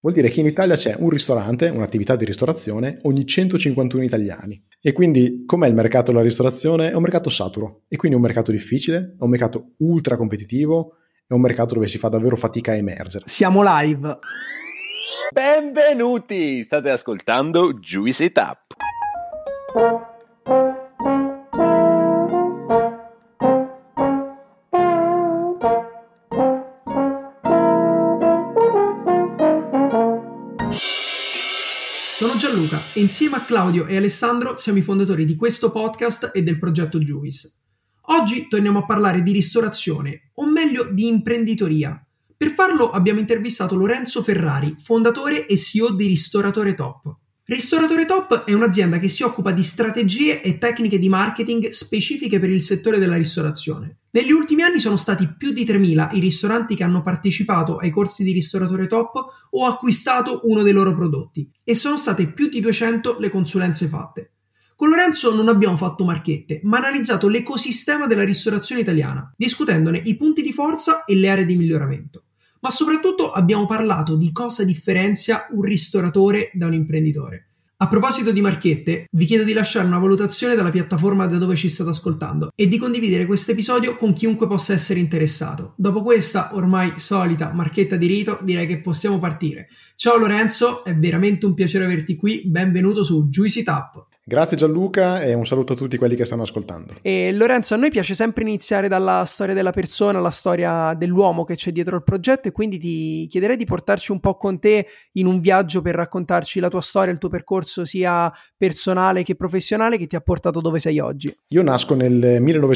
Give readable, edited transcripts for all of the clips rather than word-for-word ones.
Vuol dire che in Italia c'è un ristorante, un'attività di ristorazione, ogni 151 italiani. E quindi, com'è il mercato della ristorazione? È un mercato saturo. E quindi è un mercato difficile, è un mercato ultra competitivo, è un mercato dove si fa davvero fatica a emergere. Siamo live. Benvenuti! State ascoltando Juice It Up. Sono Gianluca e insieme a Claudio e Alessandro siamo i fondatori di questo podcast e del progetto Juice. Oggi torniamo a parlare di ristorazione, o meglio di imprenditoria. Per farlo abbiamo intervistato Lorenzo Ferrari, fondatore e CEO di Ristoratore Top. Ristoratore Top è un'azienda che si occupa di strategie e tecniche di marketing specifiche per il settore della ristorazione. Negli ultimi anni sono stati più di 3.000 i ristoranti che hanno partecipato ai corsi di Ristoratore Top o acquistato uno dei loro prodotti e sono state più di 200 le consulenze fatte. Con Lorenzo non abbiamo fatto marchette, ma analizzato l'ecosistema della ristorazione italiana, discutendone i punti di forza e le aree di miglioramento. Ma soprattutto abbiamo parlato di cosa differenzia un ristoratore da un imprenditore. A proposito di marchette, vi chiedo di lasciare una valutazione dalla piattaforma da dove ci state ascoltando e di condividere questo episodio con chiunque possa essere interessato. Dopo questa ormai solita marchetta di rito, direi che possiamo partire. Ciao Lorenzo, è veramente un piacere averti qui, benvenuto su Juice It Up. Grazie Gianluca e un saluto a tutti quelli che stanno ascoltando. E Lorenzo, a noi piace sempre iniziare dalla storia della persona, la storia dell'uomo che c'è dietro il progetto, e quindi ti chiederei di portarci un po' con te in un viaggio per raccontarci la tua storia, il tuo percorso sia personale che professionale che ti ha portato dove sei oggi. Io nasco nel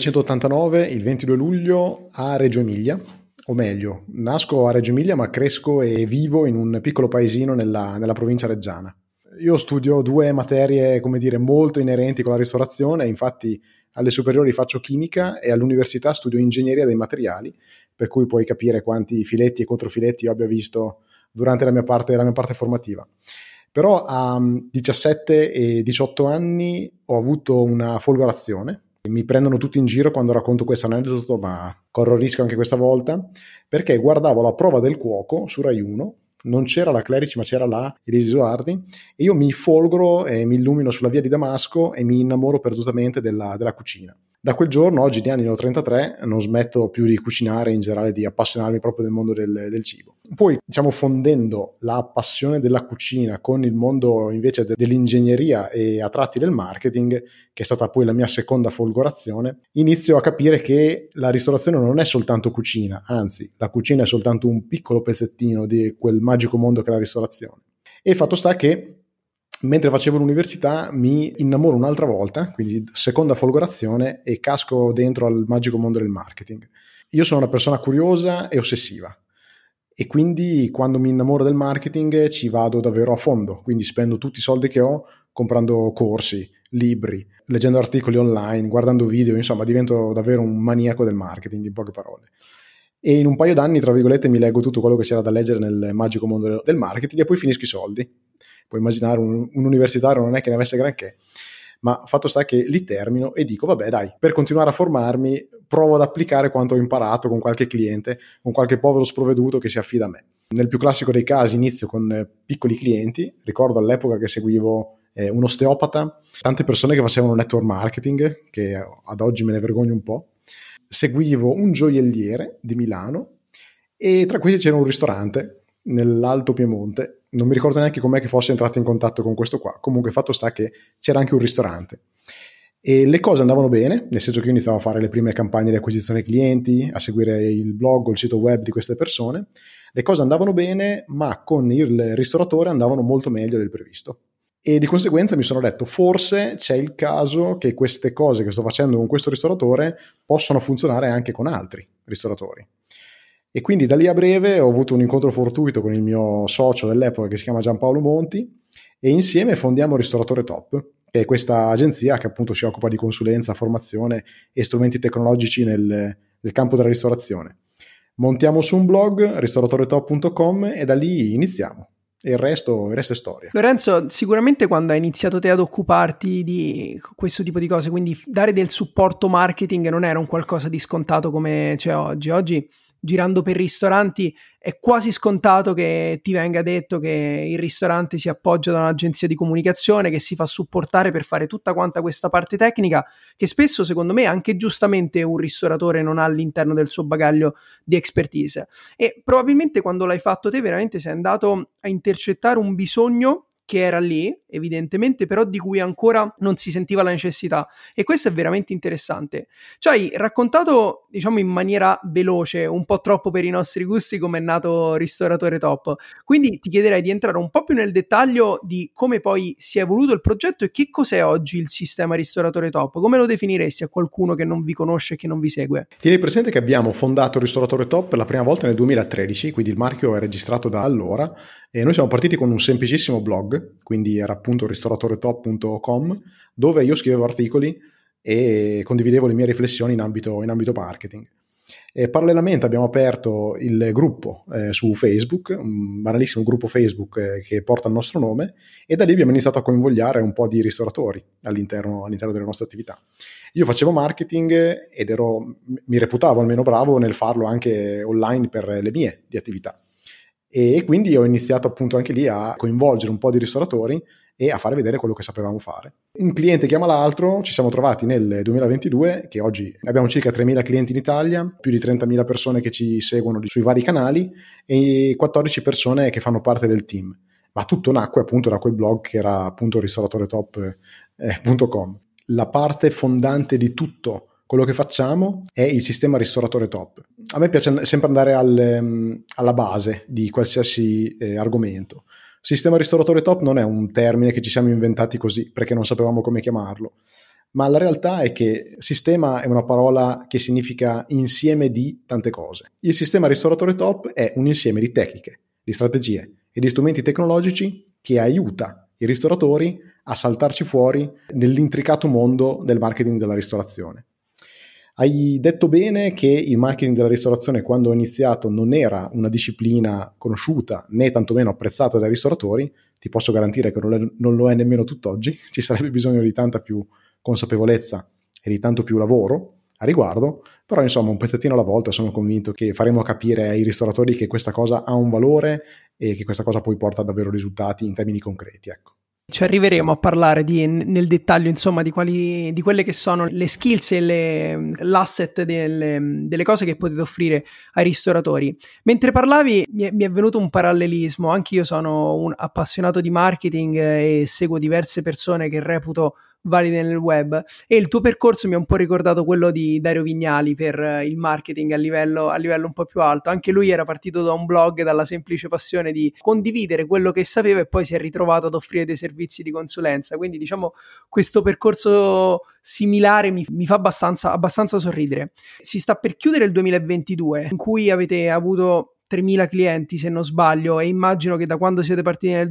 1989, il 22 luglio, a Reggio Emilia. O meglio, nasco a Reggio Emilia ma cresco e vivo in un piccolo paesino nella provincia reggiana. Io studio due materie, come dire, molto inerenti con la ristorazione, infatti alle superiori faccio chimica e all'università studio ingegneria dei materiali, per cui puoi capire quanti filetti e controfiletti io abbia visto durante la mia parte formativa. Però a 17 e 18 anni ho avuto una folgorazione. Mi prendono tutti in giro quando racconto questo aneddoto, ma corro il rischio anche questa volta, perché guardavo la prova del cuoco su Rai 1, non c'era la Clerici ma c'era la Elisa Isoardi, e io mi folgoro e mi illumino sulla via di Damasco e mi innamoro perdutamente della cucina. Da quel giorno, oggi di anni ne ho 33, non smetto più di cucinare, in generale di appassionarmi proprio del mondo del cibo. Poi, diciamo, fondendo la passione della cucina con il mondo invece dell'ingegneria e a tratti del marketing, che è stata poi la mia seconda folgorazione, inizio a capire che la ristorazione non è soltanto cucina, anzi, la cucina è soltanto un piccolo pezzettino di quel magico mondo che è la ristorazione. E fatto sta che mentre facevo l'università mi innamoro un'altra volta, quindi seconda folgorazione, e casco dentro al magico mondo del marketing. Io sono una persona curiosa e ossessiva e quindi quando mi innamoro del marketing ci vado davvero a fondo, quindi spendo tutti i soldi che ho comprando corsi, libri, leggendo articoli online, guardando video, insomma divento davvero un maniaco del marketing, in poche parole. E in un paio d'anni, tra virgolette, mi leggo tutto quello che c'era da leggere nel magico mondo del marketing e poi finisco i soldi. Puoi immaginare un universitario non è che ne avesse granché, ma fatto sta che li termino e dico vabbè dai, per continuare a formarmi provo ad applicare quanto ho imparato con qualche cliente, con qualche povero sprovveduto che si affida a me. Nel più classico dei casi inizio con piccoli clienti, ricordo all'epoca che seguivo un osteopata, tante persone che facevano network marketing, che ad oggi me ne vergogno un po', seguivo un gioielliere di Milano e tra questi c'era un ristorante nell'Alto Piemonte, non mi ricordo neanche com'è che fosse entrato in contatto con questo qua, comunque fatto sta che c'era anche un ristorante e le cose andavano bene, nel senso che io iniziavo a fare le prime campagne di acquisizione clienti, a seguire il blog o il sito web di queste persone, le cose andavano bene ma con il ristoratore andavano molto meglio del previsto e di conseguenza mi sono detto forse c'è il caso che queste cose che sto facendo con questo ristoratore possono funzionare anche con altri ristoratori. E quindi da lì a breve ho avuto un incontro fortuito con il mio socio dell'epoca che si chiama Giampaolo Monti e insieme fondiamo Ristoratore Top, che è questa agenzia che appunto si occupa di consulenza, formazione e strumenti tecnologici nel campo della ristorazione. Montiamo su un blog, ristoratore.top.com, e da lì iniziamo. E il resto è storia. Lorenzo, sicuramente quando hai iniziato te ad occuparti di questo tipo di cose, quindi dare del supporto marketing non era un qualcosa di scontato come c'è oggi. Oggi girando per ristoranti è quasi scontato che ti venga detto che il ristorante si appoggia da un'agenzia di comunicazione che si fa supportare per fare tutta quanta questa parte tecnica che spesso, secondo me, anche giustamente un ristoratore non ha all'interno del suo bagaglio di expertise. E probabilmente quando l'hai fatto te veramente sei andato a intercettare un bisogno che era lì, evidentemente, però di cui ancora non si sentiva la necessità, e questo è veramente interessante. Ci hai raccontato, diciamo, in maniera veloce, un po' troppo per i nostri gusti, come è nato Ristoratore Top, quindi ti chiederei di entrare un po' più nel dettaglio di come poi si è evoluto il progetto e che cos'è oggi il sistema Ristoratore Top, come lo definiresti a qualcuno che non vi conosce e che non vi segue? Tieni presente che abbiamo fondato Ristoratore Top per la prima volta nel 2013, quindi il marchio è registrato da allora, e noi siamo partiti con un semplicissimo blog, quindi era appunto ristoratore-top.com, dove io scrivevo articoli e condividevo le mie riflessioni in ambito marketing. E parallelamente abbiamo aperto il gruppo su Facebook, un banalissimo gruppo Facebook che porta il nostro nome, e da lì abbiamo iniziato a convogliare un po' di ristoratori all'interno delle nostre attività. Io facevo marketing ed mi reputavo almeno bravo nel farlo anche online per le mie di attività. E quindi ho iniziato appunto anche lì a coinvolgere un po' di ristoratori e a fare vedere quello che sapevamo fare. Un cliente chiama l'altro, ci siamo trovati nel 2022, che oggi abbiamo circa 3.000 clienti in Italia, più di 30.000 persone che ci seguono sui vari canali e 14 persone che fanno parte del team. Ma tutto nacque appunto da quel blog che era appunto ristoratore-top.com. La parte fondante di tutto quello che facciamo è il sistema Ristoratore Top. A me piace sempre andare alla base di qualsiasi argomento. Sistema Ristoratore Top non è un termine che ci siamo inventati così perché non sapevamo come chiamarlo, ma la realtà è che sistema è una parola che significa insieme di tante cose. Il sistema Ristoratore Top è un insieme di tecniche, di strategie e di strumenti tecnologici che aiuta i ristoratori a saltarci fuori nell'intricato mondo del marketing della ristorazione. Hai detto bene che il marketing della ristorazione, quando ho iniziato, non era una disciplina conosciuta né tantomeno apprezzata dai ristoratori. Ti posso garantire che non lo è nemmeno tutt'oggi. Ci sarebbe bisogno di tanta più consapevolezza e di tanto più lavoro a riguardo, però insomma un pezzettino alla volta sono convinto che faremo capire ai ristoratori che questa cosa ha un valore e che questa cosa poi porta a davvero risultati in termini concreti, ecco. Ci arriveremo a parlare nel dettaglio, insomma, di quelle che sono le skills e l'asset delle cose che potete offrire ai ristoratori. Mentre parlavi mi è venuto un parallelismo. Anche io sono un appassionato di marketing e seguo diverse persone che reputo valide nel web, e il tuo percorso mi ha un po' ricordato quello di Dario Vignali per il marketing a livello un po' più alto. Anche lui era partito da un blog, dalla semplice passione di condividere quello che sapeva, e poi si è ritrovato ad offrire dei servizi di consulenza. Quindi diciamo questo percorso similare mi fa abbastanza sorridere. Si sta per chiudere il 2022, in cui avete avuto 3.000 clienti se non sbaglio, e immagino che da quando siete partiti nel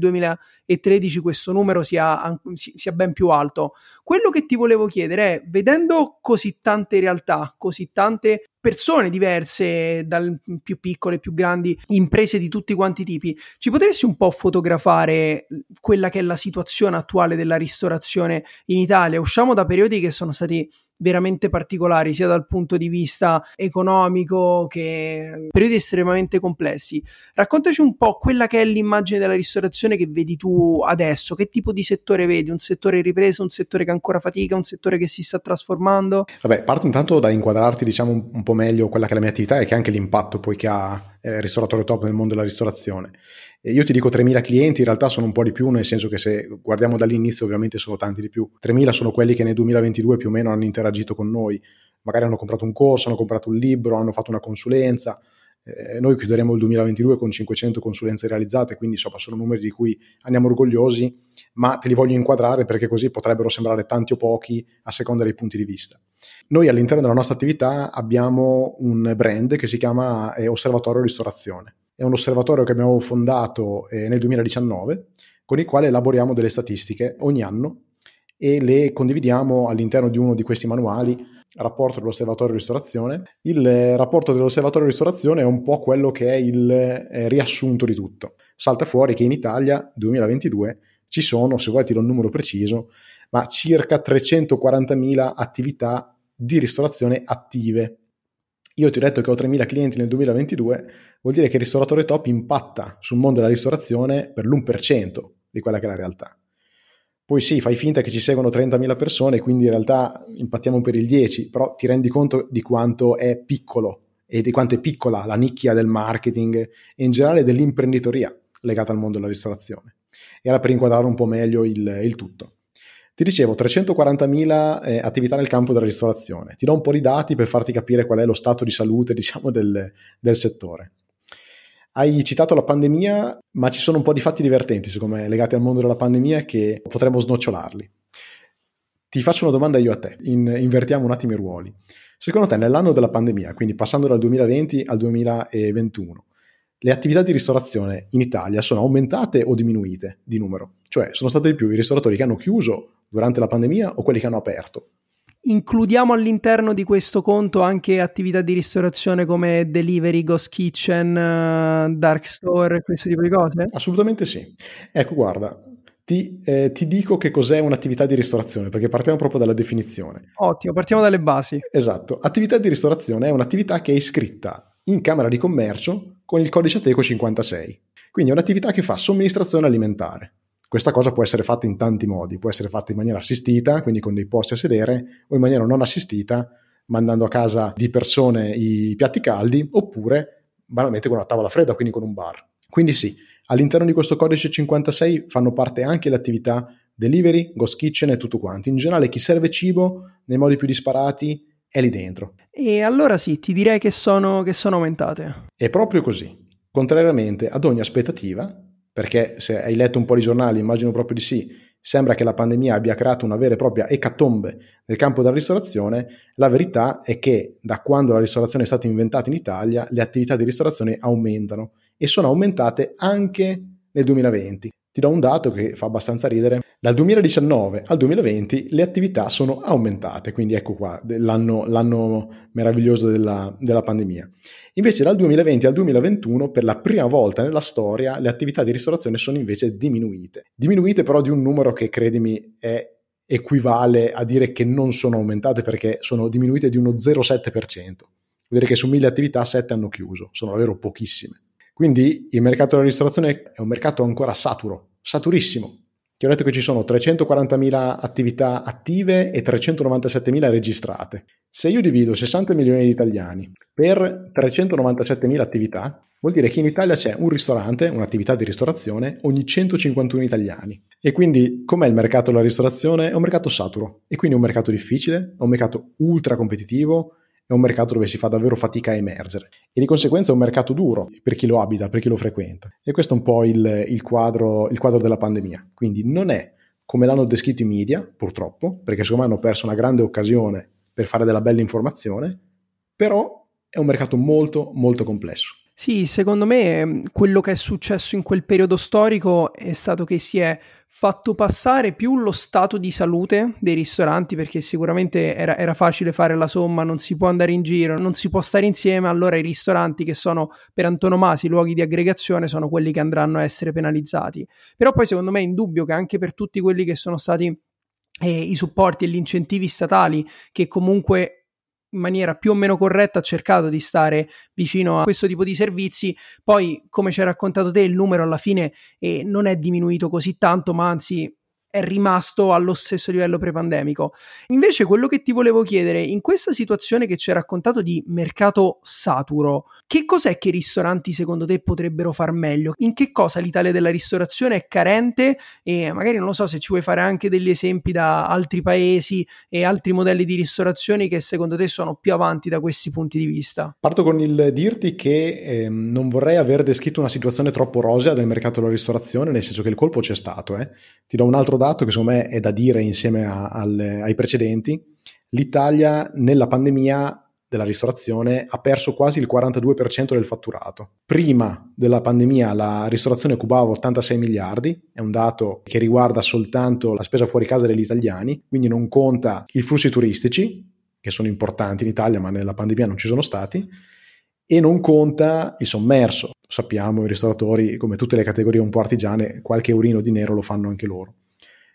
2013 questo numero sia ben più alto. Quello che ti volevo chiedere è, vedendo così tante realtà, così tante persone diverse, dal più piccole, più grandi, imprese di tutti quanti i tipi, ci potresti un po' fotografare quella che è la situazione attuale della ristorazione in Italia? Usciamo da periodi che sono stati veramente particolari, sia dal punto di vista economico che periodi estremamente complessi. Raccontaci un po' quella che è l'immagine della ristorazione che vedi tu adesso. Che tipo di settore vedi? Un settore in ripresa, un settore che ancora fatica, un settore che si sta trasformando? Vabbè, parto intanto da inquadrarti, diciamo, un po' meglio quella che è la mia attività e che anche l'impatto poi che ha Ristoratore Top nel mondo della ristorazione. Io ti dico 3.000 clienti, in realtà sono un po' di più, nel senso che se guardiamo dall'inizio ovviamente sono tanti di più. 3.000 sono quelli che nel 2022 più o meno hanno interagito con noi, magari hanno comprato un corso, hanno comprato un libro, hanno fatto una consulenza. Noi chiuderemo il 2022 con 500 consulenze realizzate, quindi insomma sono numeri di cui andiamo orgogliosi, ma te li voglio inquadrare perché così potrebbero sembrare tanti o pochi a seconda dei punti di vista. Noi all'interno della nostra attività abbiamo un brand che si chiama Osservatorio Ristorazione. È un osservatorio che abbiamo fondato nel 2019, con il quale elaboriamo delle statistiche ogni anno e le condividiamo all'interno di uno di questi manuali, rapporto dell'Osservatorio Ristorazione. Il rapporto dell'Osservatorio Ristorazione è un po' quello che è il riassunto di tutto. Salta fuori che in Italia 2022 ci sono, se vuoi ti do un numero preciso, ma circa 340.000 attività di ristorazione attive. Io ti ho detto che ho 3.000 clienti nel 2022, vuol dire che il ristoratore top impatta sul mondo della ristorazione per l'1% di quella che è la realtà. Poi sì, fai finta che ci seguono 30.000 persone, quindi in realtà impattiamo per il 10%, però ti rendi conto di quanto è piccolo e di quanto è piccola la nicchia del marketing e in generale dell'imprenditoria legata al mondo della ristorazione. Era per inquadrare un po' meglio il tutto. Ti dicevo, 340.000 attività nel campo della ristorazione. Ti do un po' di dati per farti capire qual è lo stato di salute, diciamo, del settore. Hai citato la pandemia, ma ci sono un po' di fatti divertenti, secondo me, legati al mondo della pandemia che potremmo snocciolarli. Ti faccio una domanda io a te, invertiamo un attimo i ruoli. Secondo te, nell'anno della pandemia, quindi passando dal 2020 al 2021, le attività di ristorazione in Italia sono aumentate o diminuite di numero? Cioè, sono stati di più i ristoratori che hanno chiuso durante la pandemia o quelli che hanno aperto? Includiamo all'interno di questo conto anche attività di ristorazione come delivery, ghost kitchen, dark store, questo tipo di cose? Assolutamente sì. Ecco, guarda, ti dico che cos'è un'attività di ristorazione, perché partiamo proprio dalla definizione. Ottimo, partiamo dalle basi. Esatto. Attività di ristorazione è un'attività che è iscritta in Camera di Commercio con il codice Ateco 56. Quindi è un'attività che fa somministrazione alimentare. Questa cosa può essere fatta in tanti modi, può essere fatta in maniera assistita, quindi con dei posti a sedere, o in maniera non assistita, mandando a casa di persone i piatti caldi, oppure banalmente con una tavola fredda, quindi con un bar. Quindi sì, all'interno di questo codice 56 fanno parte anche le attività delivery, ghost kitchen e tutto quanto. In generale chi serve cibo nei modi più disparati è lì dentro. E allora sì, ti direi che sono aumentate. È proprio così. Contrariamente ad ogni aspettativa, perché se hai letto un po' di giornali, immagino proprio di sì, sembra che la pandemia abbia creato una vera e propria ecatombe nel campo della ristorazione, la verità è che da quando la ristorazione è stata inventata in Italia, le attività di ristorazione aumentano e sono aumentate anche nel 2020. Ti do un dato che fa abbastanza ridere. Dal 2019 al 2020 le attività sono aumentate, quindi ecco qua l'anno meraviglioso della pandemia. Invece dal 2020 al 2021 per la prima volta nella storia le attività di ristorazione sono invece diminuite. Diminuite però di un numero che credimi equivale a dire che non sono aumentate perché sono diminuite di uno 0,7%. Vuol dire che su 1.000 attività 7 hanno chiuso, sono davvero pochissime. Quindi il mercato della ristorazione è un mercato ancora saturissimo. Ti ho detto che ci sono 340.000 attività attive e 397.000 registrate. Se io divido 60 milioni di italiani per 397.000 attività, vuol dire che in Italia c'è un ristorante, un'attività di ristorazione, ogni 151 italiani. E quindi, com'è il mercato della ristorazione? È un mercato saturo. E quindi è un mercato difficile, è un mercato ultra competitivo, è un mercato dove si fa davvero fatica a emergere e di conseguenza è un mercato duro per chi lo abita, per chi lo frequenta. E questo è un po' il quadro della pandemia. Quindi non è come l'hanno descritto i media, purtroppo, perché secondo me hanno perso una grande occasione per fare della bella informazione, però è un mercato molto, molto complesso. Sì, secondo me quello che è successo in quel periodo storico è stato che si è fatto passare più lo stato di salute dei ristoranti, perché sicuramente era facile fare la somma, non si può andare in giro, non si può stare insieme, allora i ristoranti che sono per antonomasia luoghi di aggregazione sono quelli che andranno a essere penalizzati. Però poi secondo me è indubbio che anche per tutti quelli che sono stati i supporti e gli incentivi statali che comunque in maniera più o meno corretta ha cercato di stare vicino a questo tipo di servizi, poi come ci hai raccontato te il numero alla fine non è diminuito così tanto, ma anzi è rimasto allo stesso livello prepandemico. Invece quello che ti volevo chiedere, in questa situazione che ci hai raccontato di mercato saturo, che cos'è che i ristoranti secondo te potrebbero far meglio? In che cosa l'Italia della ristorazione è carente? E magari non lo so se ci vuoi fare anche degli esempi da altri paesi e altri modelli di ristorazione che secondo te sono più avanti da questi punti di vista. Parto con il dirti che non vorrei aver descritto una situazione troppo rosea del mercato della ristorazione, nel senso che il colpo c'è stato. Ti do un altro dato che secondo me è da dire insieme ai precedenti. L'Italia nella pandemia della ristorazione ha perso quasi il 42% del fatturato. Prima della pandemia la ristorazione cubava 86 miliardi, è un dato che riguarda soltanto la spesa fuori casa degli italiani, quindi non conta i flussi turistici, che sono importanti in Italia ma nella pandemia non ci sono stati, e non conta il sommerso. Sappiamo, i ristoratori, come tutte le categorie un po' artigiane, qualche eurino di nero lo fanno anche loro.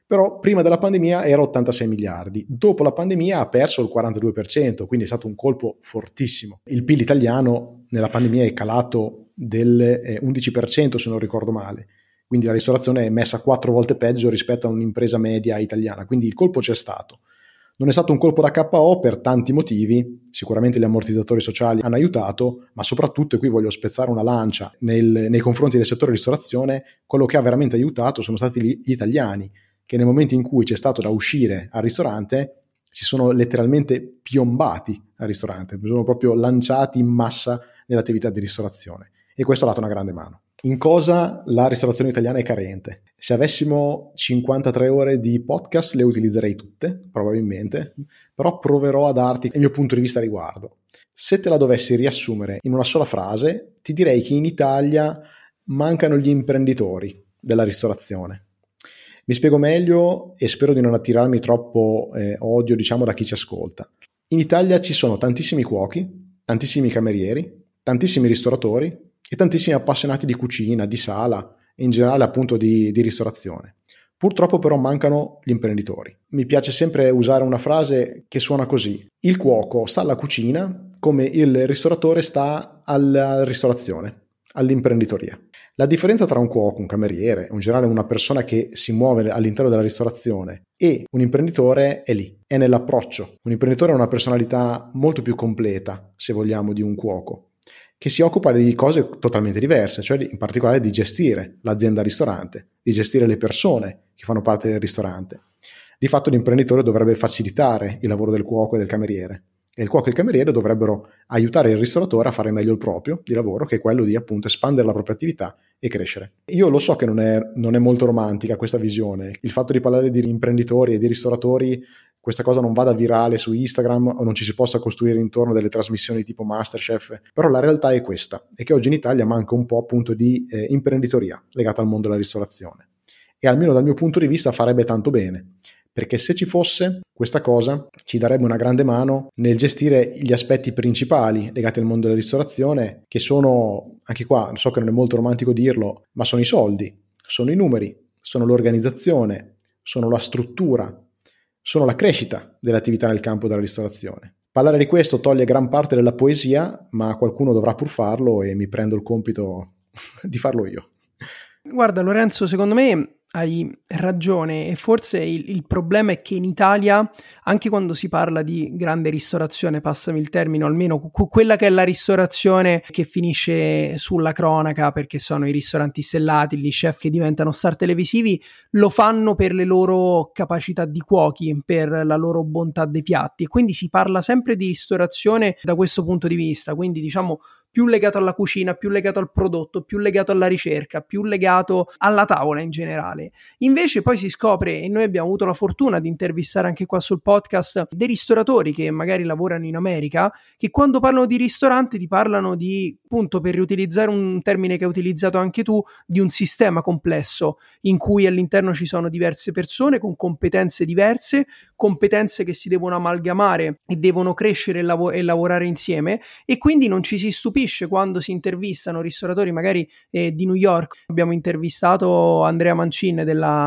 però prima della pandemia era 86 miliardi, dopo la pandemia ha perso il 42%, quindi è stato un colpo fortissimo. Il PIL italiano nella pandemia è calato del 11% se non ricordo male, quindi la ristorazione è messa 4 volte peggio rispetto a un'impresa media italiana, quindi il colpo c'è stato. Non è stato un colpo da KO per tanti motivi, sicuramente gli ammortizzatori sociali hanno aiutato, ma soprattutto, e qui voglio spezzare una lancia nei confronti del settore ristorazione, quello che ha veramente aiutato sono stati gli italiani, che nel momento in cui c'è stato da uscire al ristorante si sono letteralmente piombati al ristorante, si sono proprio lanciati in massa nell'attività di ristorazione, e questo ha dato una grande mano. In cosa la ristorazione italiana è carente? Se avessimo 53 ore di podcast le utilizzerei tutte, probabilmente, però proverò a darti il mio punto di vista a riguardo. Se te la dovessi riassumere in una sola frase, ti direi che in Italia mancano gli imprenditori della ristorazione. Mi spiego meglio e spero di non attirarmi troppo odio, diciamo, da chi ci ascolta. In Italia ci sono tantissimi cuochi, tantissimi camerieri, tantissimi ristoratori e tantissimi appassionati di cucina, di sala e in generale appunto di ristorazione. Purtroppo però mancano gli imprenditori. Mi piace sempre usare una frase che suona così: il cuoco sta alla cucina come il ristoratore sta alla ristorazione, all'imprenditoria. La differenza tra un cuoco, un cameriere, in generale una persona che si muove all'interno della ristorazione, e un imprenditore è lì, è nell'approccio. Un imprenditore ha una personalità molto più completa, se vogliamo, di un cuoco, che si occupa di cose totalmente diverse, cioè in particolare di gestire l'azienda ristorante, di gestire le persone che fanno parte del ristorante. Di fatto l'imprenditore dovrebbe facilitare il lavoro del cuoco e del cameriere, e il cuoco e il cameriere dovrebbero aiutare il ristoratore a fare meglio il proprio di lavoro, che è quello di appunto espandere la propria attività e crescere. Io lo so che non è molto romantica questa visione, il fatto di parlare di imprenditori e di ristoratori, questa cosa non vada virale su Instagram o non ci si possa costruire intorno delle trasmissioni tipo MasterChef, però la realtà è questa, è che oggi in Italia manca un po' appunto di imprenditoria legata al mondo della ristorazione, e almeno dal mio punto di vista farebbe tanto bene, perché se ci fosse questa cosa ci darebbe una grande mano nel gestire gli aspetti principali legati al mondo della ristorazione, che sono, anche qua so che non è molto romantico dirlo, ma sono i soldi, sono i numeri, sono l'organizzazione, sono la struttura, sono la crescita dell'attività nel campo della ristorazione. Parlare di questo toglie gran parte della poesia, ma qualcuno dovrà pur farlo e mi prendo il compito di farlo io. Guarda Lorenzo, secondo me hai ragione, e forse il problema è che in Italia, anche quando si parla di grande ristorazione, passami il termine, o almeno quella che è la ristorazione che finisce sulla cronaca perché sono i ristoranti stellati, gli chef che diventano star televisivi, lo fanno per le loro capacità di cuochi, per la loro bontà dei piatti, e quindi si parla sempre di ristorazione da questo punto di vista, quindi diciamo più legato alla cucina, più legato al prodotto, più legato alla ricerca, più legato alla tavola in generale. Invece poi si scopre, e noi abbiamo avuto la fortuna di intervistare anche qua sul podcast dei ristoratori che magari lavorano in America, che quando parlano di ristorante ti parlano di, appunto, per riutilizzare un termine che hai utilizzato anche tu, di un sistema complesso in cui all'interno ci sono diverse persone con competenze diverse, competenze che si devono amalgamare e devono crescere e lavorare insieme, e quindi non ci si stupisce quando si intervistano ristoratori magari di New York. Abbiamo intervistato Andrea Mancin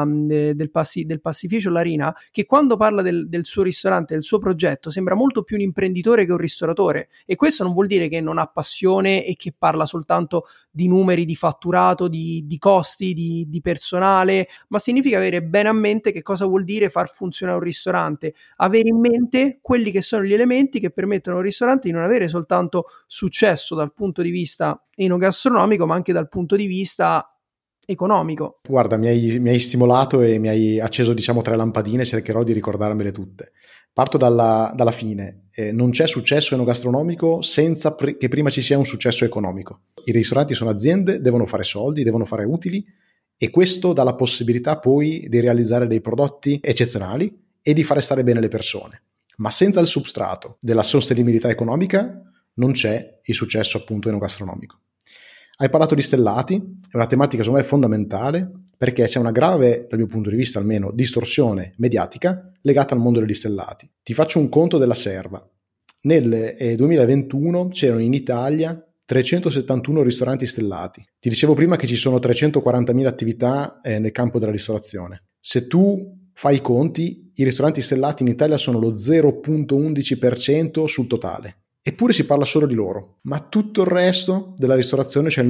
del pastificio Larina, che quando parla del suo ristorante, del suo progetto, sembra molto più un imprenditore che un ristoratore, e questo non vuol dire che non ha passione e che parla soltanto di numeri, di fatturato, di costi, di personale, ma significa avere bene a mente che cosa vuol dire far funzionare un ristorante, avere in mente quelli che sono gli elementi che permettono a un ristorante di non avere soltanto successo dal punto di vista enogastronomico, ma anche dal punto di vista economico. Guarda, mi hai stimolato e mi hai acceso, diciamo, 3 lampadine, cercherò di ricordarmele tutte. Parto dalla fine. Non c'è successo enogastronomico senza che prima ci sia un successo economico. I ristoranti sono aziende, devono fare soldi, devono fare utili, e questo dà la possibilità poi di realizzare dei prodotti eccezionali e di fare stare bene le persone. Ma senza il substrato della sostenibilità economica non c'è il successo appunto enogastronomico. Hai parlato di stellati, è una tematica secondo me fondamentale, perché c'è una grave, dal mio punto di vista almeno, distorsione mediatica legata al mondo degli stellati. Ti faccio un conto della serva. Nel 2021 c'erano in Italia 371 ristoranti stellati. Ti dicevo prima che ci sono 340.000 attività nel campo della ristorazione. Se tu fai i conti, i ristoranti stellati in Italia sono lo 0,11% sul totale. Eppure si parla solo di loro. Ma tutto il resto della ristorazione, cioè il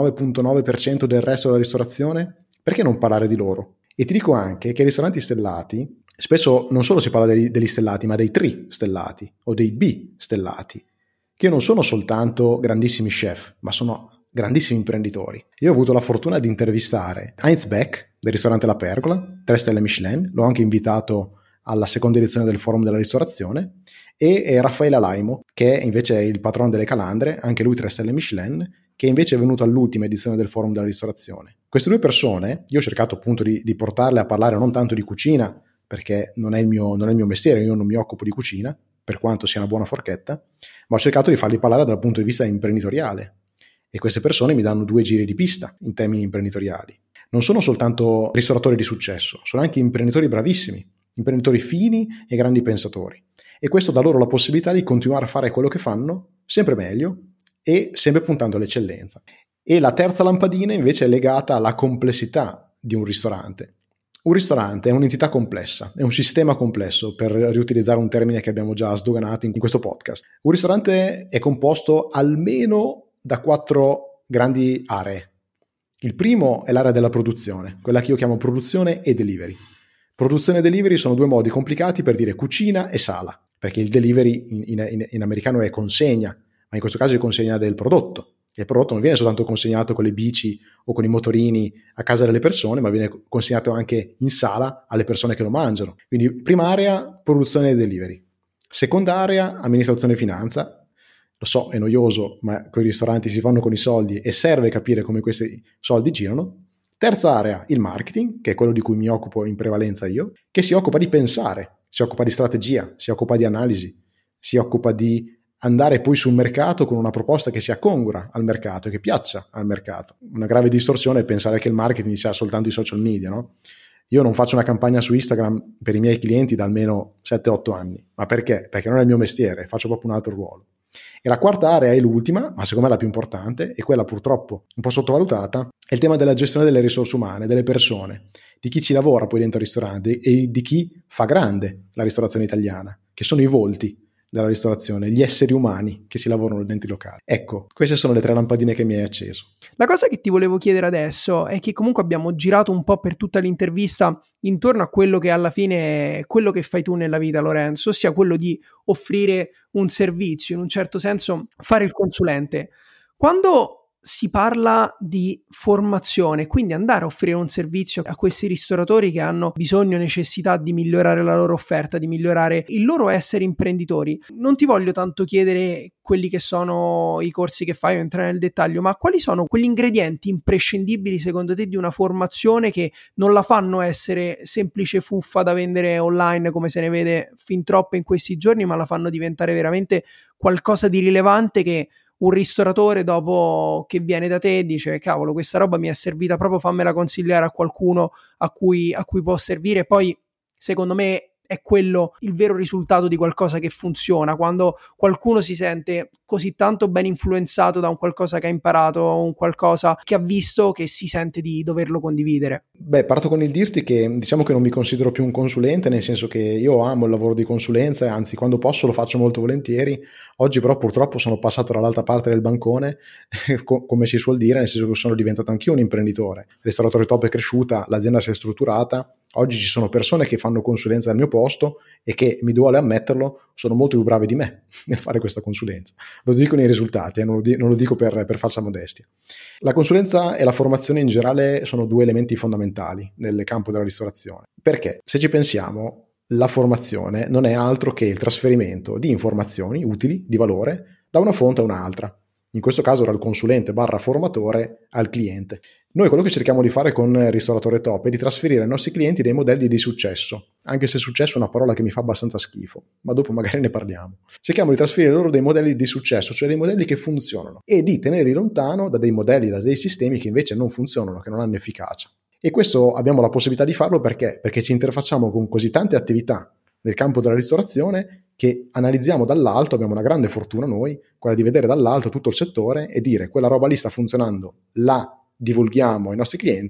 99,9% del resto della ristorazione, perché non parlare di loro? E ti dico anche che i ristoranti stellati, spesso non solo si parla degli stellati, ma dei tri stellati o dei B stellati, che non sono soltanto grandissimi chef, ma sono grandissimi imprenditori. Io ho avuto la fortuna di intervistare Heinz Beck del ristorante La Pergola, 3 stelle Michelin, l'ho anche invitato alla seconda edizione del Forum della Ristorazione, e Raffaele Alaimo, che invece è il patrono delle Calandre, anche lui 3 stelle Michelin, che invece è venuto all'ultima edizione del Forum della Ristorazione. Queste 2 persone, io ho cercato appunto di portarle a parlare non tanto di cucina, perché non è il mio mestiere, io non mi occupo di cucina, per quanto sia una buona forchetta, ma ho cercato di farli parlare dal punto di vista imprenditoriale. E queste persone mi danno 2 giri di pista in termini imprenditoriali. Non sono soltanto ristoratori di successo, sono anche imprenditori bravissimi, imprenditori fini e grandi pensatori. E questo dà loro la possibilità di continuare a fare quello che fanno, sempre meglio e sempre puntando all'eccellenza. E la terza lampadina invece è legata alla complessità di un ristorante. Un ristorante è un'entità complessa, è un sistema complesso, per riutilizzare un termine che abbiamo già sdoganato in questo podcast. Un ristorante è composto almeno da 4 grandi aree. Il primo è l'area della produzione, quella che io chiamo produzione e delivery. Produzione e delivery sono 2 modi complicati per dire cucina e sala, perché il delivery in americano è consegna, ma in questo caso è consegna del prodotto. E il prodotto non viene soltanto consegnato con le bici o con i motorini a casa delle persone, ma viene consegnato anche in sala alle persone che lo mangiano. Quindi prima area, produzione e delivery. Seconda area, amministrazione e finanza. Lo so, è noioso, ma con i ristoranti si fanno con i soldi e serve capire come questi soldi girano. Terza area, il marketing, che è quello di cui mi occupo in prevalenza io, che si occupa di pensare, si occupa di strategia, si occupa di analisi, si occupa di andare poi sul mercato con una proposta che sia congrua al mercato e che piaccia al mercato. Una grave distorsione è pensare che il marketing sia soltanto i social media, no? Io non faccio una campagna su Instagram per i miei clienti da almeno 7-8 anni. Ma perché? Perché non è il mio mestiere, faccio proprio un altro ruolo. E la quarta area è l'ultima, ma secondo me la più importante, e quella purtroppo un po' sottovalutata, è il tema della gestione delle risorse umane, delle persone, di chi ci lavora poi dentro il ristorante e di chi fa grande la ristorazione italiana, che sono i volti della ristorazione, gli esseri umani che si lavorano dentro i locali. Ecco, queste sono le 3 lampadine che mi hai acceso. La cosa che ti volevo chiedere adesso è che comunque abbiamo girato un po' per tutta l'intervista intorno a quello che alla fine è quello che fai tu nella vita, Lorenzo, ossia quello di offrire un servizio, in un certo senso fare il consulente. Quando si parla di formazione, quindi andare a offrire un servizio a questi ristoratori che hanno bisogno, necessità di migliorare la loro offerta, di migliorare il loro essere imprenditori. Non ti voglio tanto chiedere quelli che sono i corsi che fai o entrare nel dettaglio, ma quali sono quegli ingredienti imprescindibili secondo te di una formazione che non la fanno essere semplice fuffa da vendere online come se ne vede fin troppo in questi giorni, ma la fanno diventare veramente qualcosa di rilevante che un ristoratore dopo che viene da te dice cavolo, questa roba mi è servita proprio, fammela consigliare a qualcuno a cui può servire. Poi secondo me è quello il vero risultato di qualcosa che funziona, quando qualcuno si sente così tanto ben influenzato da un qualcosa che ha imparato, un qualcosa che ha visto, che si sente di doverlo condividere. Beh, parto con il dirti che diciamo che non mi considero più un consulente, nel senso che io amo il lavoro di consulenza e anzi quando posso lo faccio molto volentieri. Oggi però purtroppo sono passato dall'altra parte del bancone come si suol dire, nel senso che sono diventato anch'io un imprenditore. Il ristoratore Top è cresciuta, l'azienda si è strutturata. Oggi ci sono persone che fanno consulenza al mio posto e che, mi duole ammetterlo, sono molto più brave di me nel fare questa consulenza. Lo dico nei risultati, non lo dico per falsa modestia. La consulenza e la formazione in generale sono 2 elementi fondamentali nel campo della ristorazione. Perché? Se ci pensiamo, la formazione non è altro che il trasferimento di informazioni utili, di valore, da una fonte a un'altra. In questo caso dal consulente / formatore al cliente. Noi quello che cerchiamo di fare con il Ristoratore Top è di trasferire ai nostri clienti dei modelli di successo, anche se successo è una parola che mi fa abbastanza schifo, ma dopo magari ne parliamo. Cerchiamo di trasferire loro dei modelli di successo, cioè dei modelli che funzionano, e di tenerli lontano da dei modelli, da dei sistemi che invece non funzionano, che non hanno efficacia. E questo abbiamo la possibilità di farlo perché? Perché ci interfacciamo con così tante attività nel campo della ristorazione che analizziamo dall'alto. Abbiamo una grande fortuna noi, quella di vedere dall'alto tutto il settore e dire quella roba lì sta funzionando, la divulghiamo ai nostri clienti,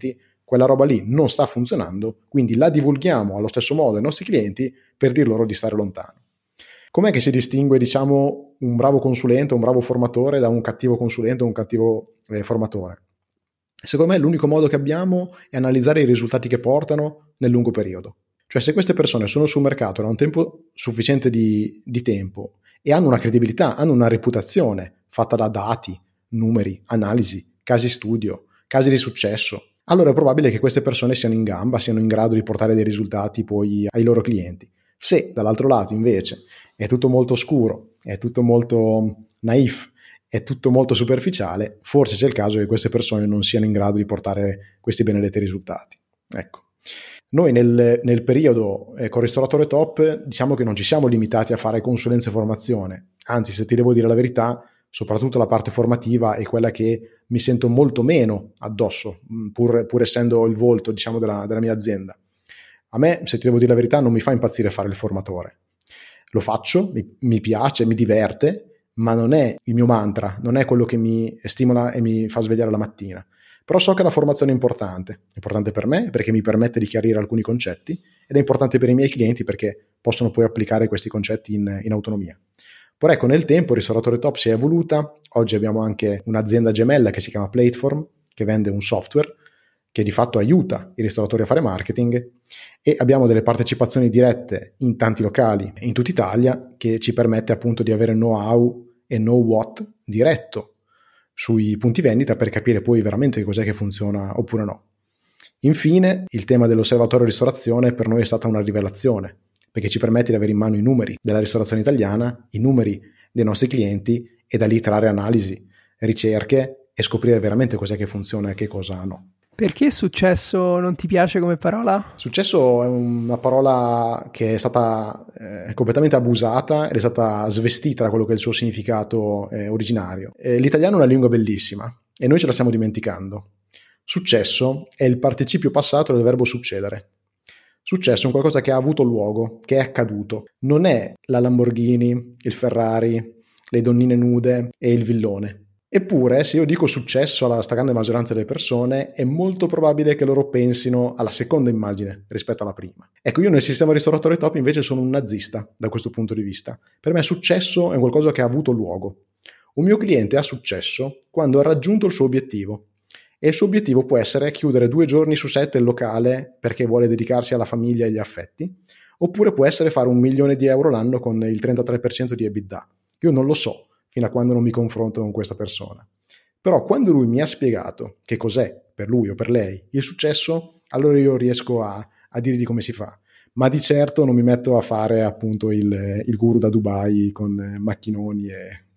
quella roba lì non sta funzionando, quindi la divulghiamo allo stesso modo ai nostri clienti per dir loro di stare lontano. Com'è che si distingue, diciamo, un bravo consulente, un bravo formatore da un cattivo consulente o un cattivo formatore? Secondo me l'unico modo che abbiamo è analizzare i risultati che portano nel lungo periodo. Cioè, se queste persone sono sul mercato da un tempo sufficiente di tempo e hanno una credibilità, hanno una reputazione fatta da dati, numeri, analisi, casi studio, casi di successo, allora è probabile che queste persone siano in gamba, siano in grado di portare dei risultati poi ai loro clienti. Se dall'altro lato invece è tutto molto oscuro, è tutto molto naif, è tutto molto superficiale, forse c'è il caso che queste persone non siano in grado di portare questi benedetti risultati. Ecco. Noi nel periodo con Ristoratore Top diciamo che non ci siamo limitati a fare consulenza e formazione, anzi, se ti devo dire la verità, soprattutto la parte formativa è quella che mi sento molto meno addosso, pur essendo il volto, diciamo, della mia azienda. A me, se ti devo dire la verità, non mi fa impazzire fare il formatore. Lo faccio, mi piace, mi diverte, ma non è il mio mantra, non è quello che mi stimola e mi fa svegliare la mattina. Però so che la formazione è importante per me perché mi permette di chiarire alcuni concetti ed è importante per i miei clienti perché possono poi applicare questi concetti in autonomia. Poi ecco, nel tempo Ristoratore Top si è evoluta, oggi abbiamo anche un'azienda gemella che si chiama Platform, che vende un software che di fatto aiuta i ristoratori a fare marketing e abbiamo delle partecipazioni dirette in tanti locali in tutta Italia che ci permette appunto di avere know-how e know-what diretto sui punti vendita per capire poi veramente cos'è che funziona oppure no. Infine, il tema dell'osservatorio ristorazione per noi è stata una rivelazione, perché ci permette di avere in mano i numeri della ristorazione italiana, i numeri dei nostri clienti e da lì trarre analisi, ricerche e scoprire veramente cos'è che funziona e che cosa no. Perché successo non ti piace come parola? Successo è una parola che è stata completamente abusata ed è stata svestita da quello che è il suo significato originario. L'italiano è una lingua bellissima e noi ce la stiamo dimenticando. Successo è il participio passato del verbo succedere. Successo è un qualcosa che ha avuto luogo, che è accaduto. Non è la Lamborghini, il Ferrari, le donnine nude e il villone. Eppure, se io dico successo alla stragrande maggioranza delle persone, è molto probabile che loro pensino alla seconda immagine rispetto alla prima. Ecco, io nel sistema Ristoratore Top invece sono un nazista da questo punto di vista. Per me successo è un qualcosa che ha avuto luogo. Un mio cliente ha successo quando ha raggiunto il suo obiettivo. E il suo obiettivo può essere chiudere 2 giorni su 7 il locale perché vuole dedicarsi alla famiglia e agli affetti, oppure può essere fare 1 milione di euro l'anno con il 33% di EBITDA. Io non lo so fino a quando non mi confronto con questa persona. Però quando lui mi ha spiegato che cos'è per lui o per lei il successo, allora io riesco a dirgli come si fa. Ma di certo non mi metto a fare appunto il guru da Dubai con macchinoni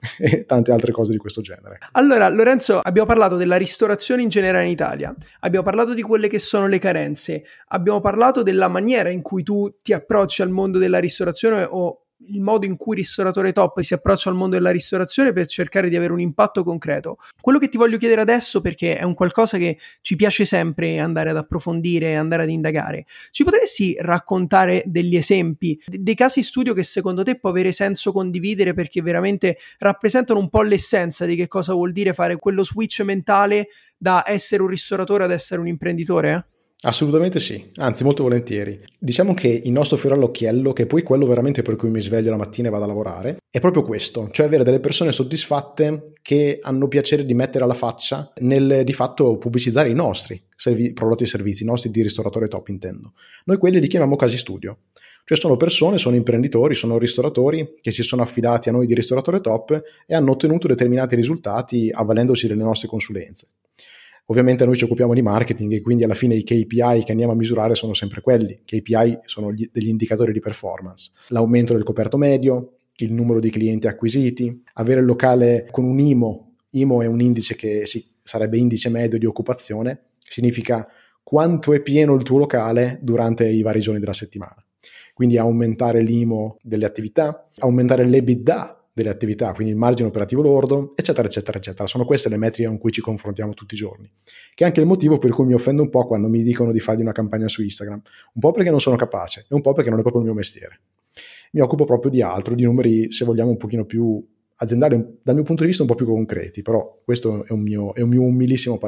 e tante altre cose di questo genere. Allora, Lorenzo, abbiamo parlato della ristorazione in generale in Italia, abbiamo parlato di quelle che sono le carenze, abbiamo parlato della maniera in cui tu ti approcci al mondo della ristorazione o il modo in cui Ristoratore Top si approccia al mondo della ristorazione per cercare di avere un impatto concreto. Quello che ti voglio chiedere adesso, perché è un qualcosa che ci piace sempre andare ad approfondire, andare ad indagare, ci potresti raccontare degli esempi, dei casi studio che secondo te può avere senso condividere perché veramente rappresentano un po' l'essenza di che cosa vuol dire fare quello switch mentale da essere un ristoratore ad essere un imprenditore? Assolutamente sì, anzi molto volentieri. Diciamo che il nostro fiore all'occhiello, che è poi quello veramente per cui mi sveglio la mattina e vado a lavorare, è proprio questo, cioè avere delle persone soddisfatte che hanno piacere di mettere alla faccia nel di fatto pubblicizzare i nostri prodotti e servizi, i nostri di Ristoratore Top intendo. Noi quelli li chiamiamo casi studio. Cioè sono persone, sono imprenditori, sono ristoratori che si sono affidati a noi di Ristoratore Top e hanno ottenuto determinati risultati avvalendosi delle nostre consulenze. Ovviamente noi ci occupiamo di marketing e quindi alla fine i KPI che andiamo a misurare sono sempre quelli. KPI sono degli indicatori di performance. L'aumento del coperto medio, il numero di clienti acquisiti, avere il locale con un IMO. IMO è un indice che sarebbe indice medio di occupazione, significa quanto è pieno il tuo locale durante i vari giorni della settimana. Quindi aumentare l'IMO delle attività, aumentare l'EBITDA delle attività, quindi il margine operativo lordo, eccetera, eccetera, eccetera. Sono queste le metriche con cui ci confrontiamo tutti i giorni, che è anche il motivo per cui mi offendo un po' quando mi dicono di fargli una campagna su Instagram, un po' perché non sono capace e un po' perché non è proprio il mio mestiere. Mi occupo proprio di altro, di numeri, se vogliamo, un pochino più aziendali, dal mio punto di vista un po' più concreti, però questo è un mio umilissimo parere.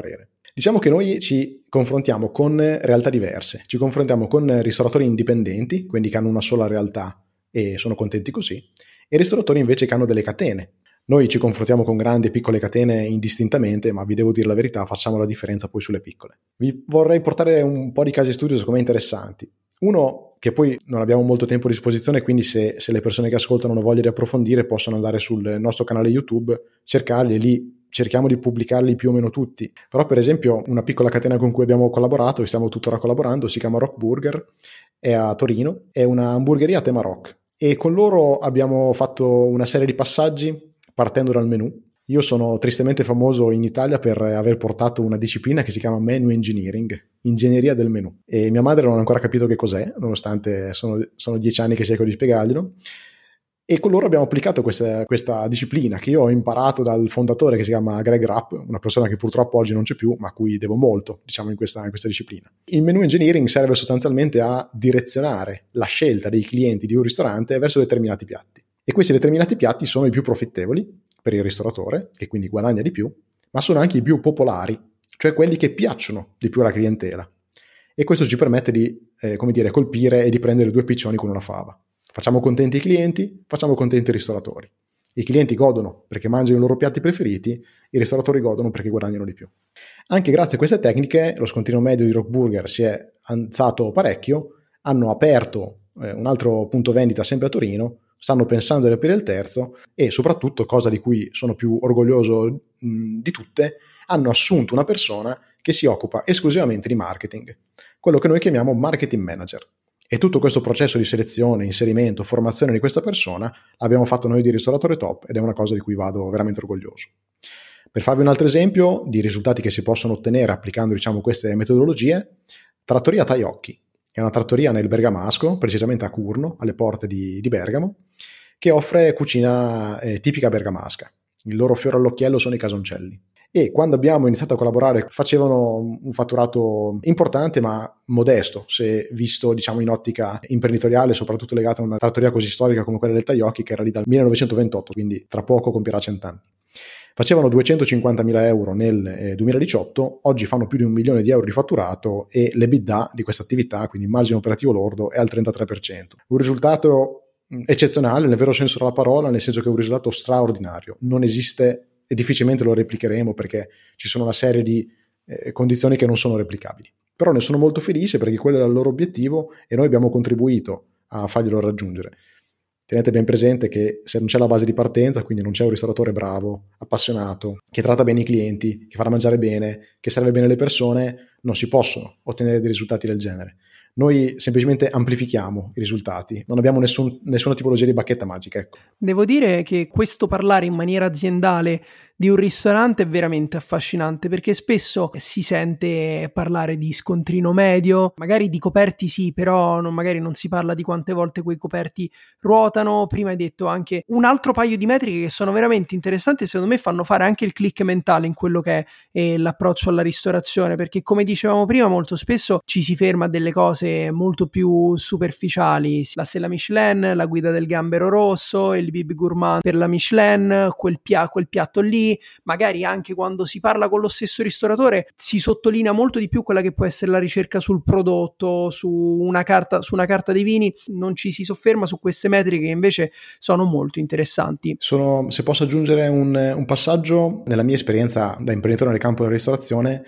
Diciamo che noi ci confrontiamo con realtà diverse, ci confrontiamo con ristoratori indipendenti, quindi che hanno una sola realtà e sono contenti così, e ristoratori invece che hanno delle catene. Noi ci confrontiamo con grandi e piccole catene indistintamente, ma vi devo dire la verità, facciamo la differenza poi sulle piccole. Vi vorrei portare un po' di casi studio secondo me interessanti. Uno che poi non abbiamo molto tempo a disposizione, quindi se le persone che ascoltano hanno voglia di approfondire possono andare sul nostro canale YouTube, cercarli e lì cerchiamo di pubblicarli più o meno tutti. Però per esempio una piccola catena con cui abbiamo collaborato e stiamo tuttora collaborando si chiama Rock Burger, è a Torino, è una hamburgeria a tema rock e con loro abbiamo fatto una serie di passaggi partendo dal menù. Io sono tristemente famoso in Italia per aver portato una disciplina che si chiama menu engineering, ingegneria del menù, e mia madre non ha ancora capito che cos'è, nonostante sono 10 anni che cerco di spiegarglielo. E con loro abbiamo applicato questa disciplina che io ho imparato dal fondatore che si chiama Greg Rapp, una persona che purtroppo oggi non c'è più, ma a cui devo molto, diciamo, in questa disciplina. Il menu engineering serve sostanzialmente a direzionare la scelta dei clienti di un ristorante verso determinati piatti. E questi determinati piatti sono i più profittevoli per il ristoratore, che quindi guadagna di più, ma sono anche i più popolari, cioè quelli che piacciono di più alla clientela. E questo ci permette di, colpire e di prendere due piccioni con una fava. Facciamo contenti i clienti, facciamo contenti i ristoratori. I clienti godono perché mangiano i loro piatti preferiti, i ristoratori godono perché guadagnano di più. Anche grazie a queste tecniche lo scontrino medio di Rock Burger si è alzato parecchio, hanno aperto un altro punto vendita sempre a Torino, stanno pensando di aprire il terzo e soprattutto, cosa di cui sono più orgoglioso di tutte, hanno assunto una persona che si occupa esclusivamente di marketing, quello che noi chiamiamo marketing manager. E tutto questo processo di selezione, inserimento, formazione di questa persona l'abbiamo fatto noi di Ristoratore Top ed è una cosa di cui vado veramente orgoglioso. Per farvi un altro esempio di risultati che si possono ottenere applicando, queste metodologie, Trattoria Taiocchi è una trattoria nel Bergamasco, precisamente a Curno, alle porte di Bergamo, che offre cucina tipica bergamasca. Il loro fiore all'occhiello sono i casoncelli. E quando abbiamo iniziato a collaborare facevano un fatturato importante ma modesto, se visto in ottica imprenditoriale, soprattutto legata a una trattoria così storica come quella del Taiocchi, che era lì dal 1928, quindi tra poco compierà 100 anni. Facevano 250.000 euro nel 2018, oggi fanno più di 1 milione di euro di fatturato e l'EBITDA di questa attività, quindi il margine operativo lordo, è al 33%. Un risultato eccezionale nel vero senso della parola, nel senso che è un risultato straordinario. Non esiste e difficilmente lo replicheremo perché ci sono una serie di condizioni che non sono replicabili. Però ne sono molto felice perché quello era il loro obiettivo e noi abbiamo contribuito a farglielo raggiungere. Tenete ben presente che se non c'è la base di partenza, quindi non c'è un ristoratore bravo, appassionato, che tratta bene i clienti, che fa da mangiare bene, che serve bene le persone, non si possono ottenere dei risultati del genere. Noi semplicemente amplifichiamo i risultati, non abbiamo nessuna tipologia di bacchetta magica. Ecco. Devo dire che questo parlare in maniera aziendale di un ristorante è veramente affascinante, perché spesso si sente parlare di scontrino medio, magari di coperti sì, però magari non si parla di quante volte quei coperti ruotano. Prima hai detto anche un altro paio di metriche che sono veramente interessanti e secondo me fanno fare anche il click mentale in quello che è l'approccio alla ristorazione, perché come dicevamo prima molto spesso ci si ferma a delle cose molto più superficiali, la stella Michelin, la guida del gambero rosso, il bib gourmand per la Michelin, quel piatto lì. Magari anche quando si parla con lo stesso ristoratore si sottolinea molto di più quella che può essere la ricerca sul prodotto, su una carta dei vini, non ci si sofferma su queste metriche che invece sono molto interessanti. Se posso aggiungere un passaggio, nella mia esperienza da imprenditore nel campo della ristorazione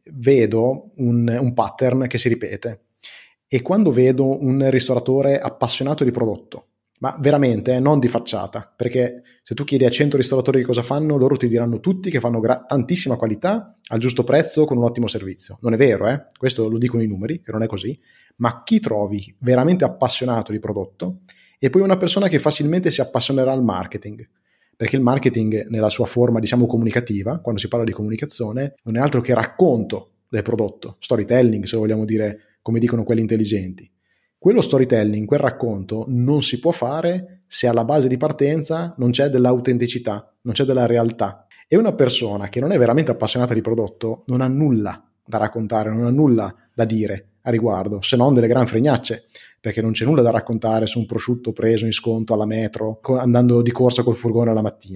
vedo un pattern che si ripete, e quando vedo un ristoratore appassionato di prodotto, ma veramente non di facciata, perché se tu chiedi a 100 ristoratori cosa fanno, loro ti diranno tutti che fanno tantissima qualità al giusto prezzo con un ottimo servizio. Non è vero, questo lo dicono i numeri, che non è così, ma chi trovi veramente appassionato di prodotto e poi una persona che facilmente si appassionerà al marketing, perché il marketing nella sua forma comunicativa, quando si parla di comunicazione, non è altro che racconto del prodotto, storytelling se vogliamo dire come dicono quelli intelligenti. Quello storytelling, quel racconto non si può fare se alla base di partenza non c'è dell'autenticità, non c'è della realtà. E una persona che non è veramente appassionata di prodotto non ha nulla da raccontare, non ha nulla da dire a riguardo, se non delle gran fregnacce, perché non c'è nulla da raccontare su un prosciutto preso in sconto alla metro, andando di corsa col furgone alla mattina.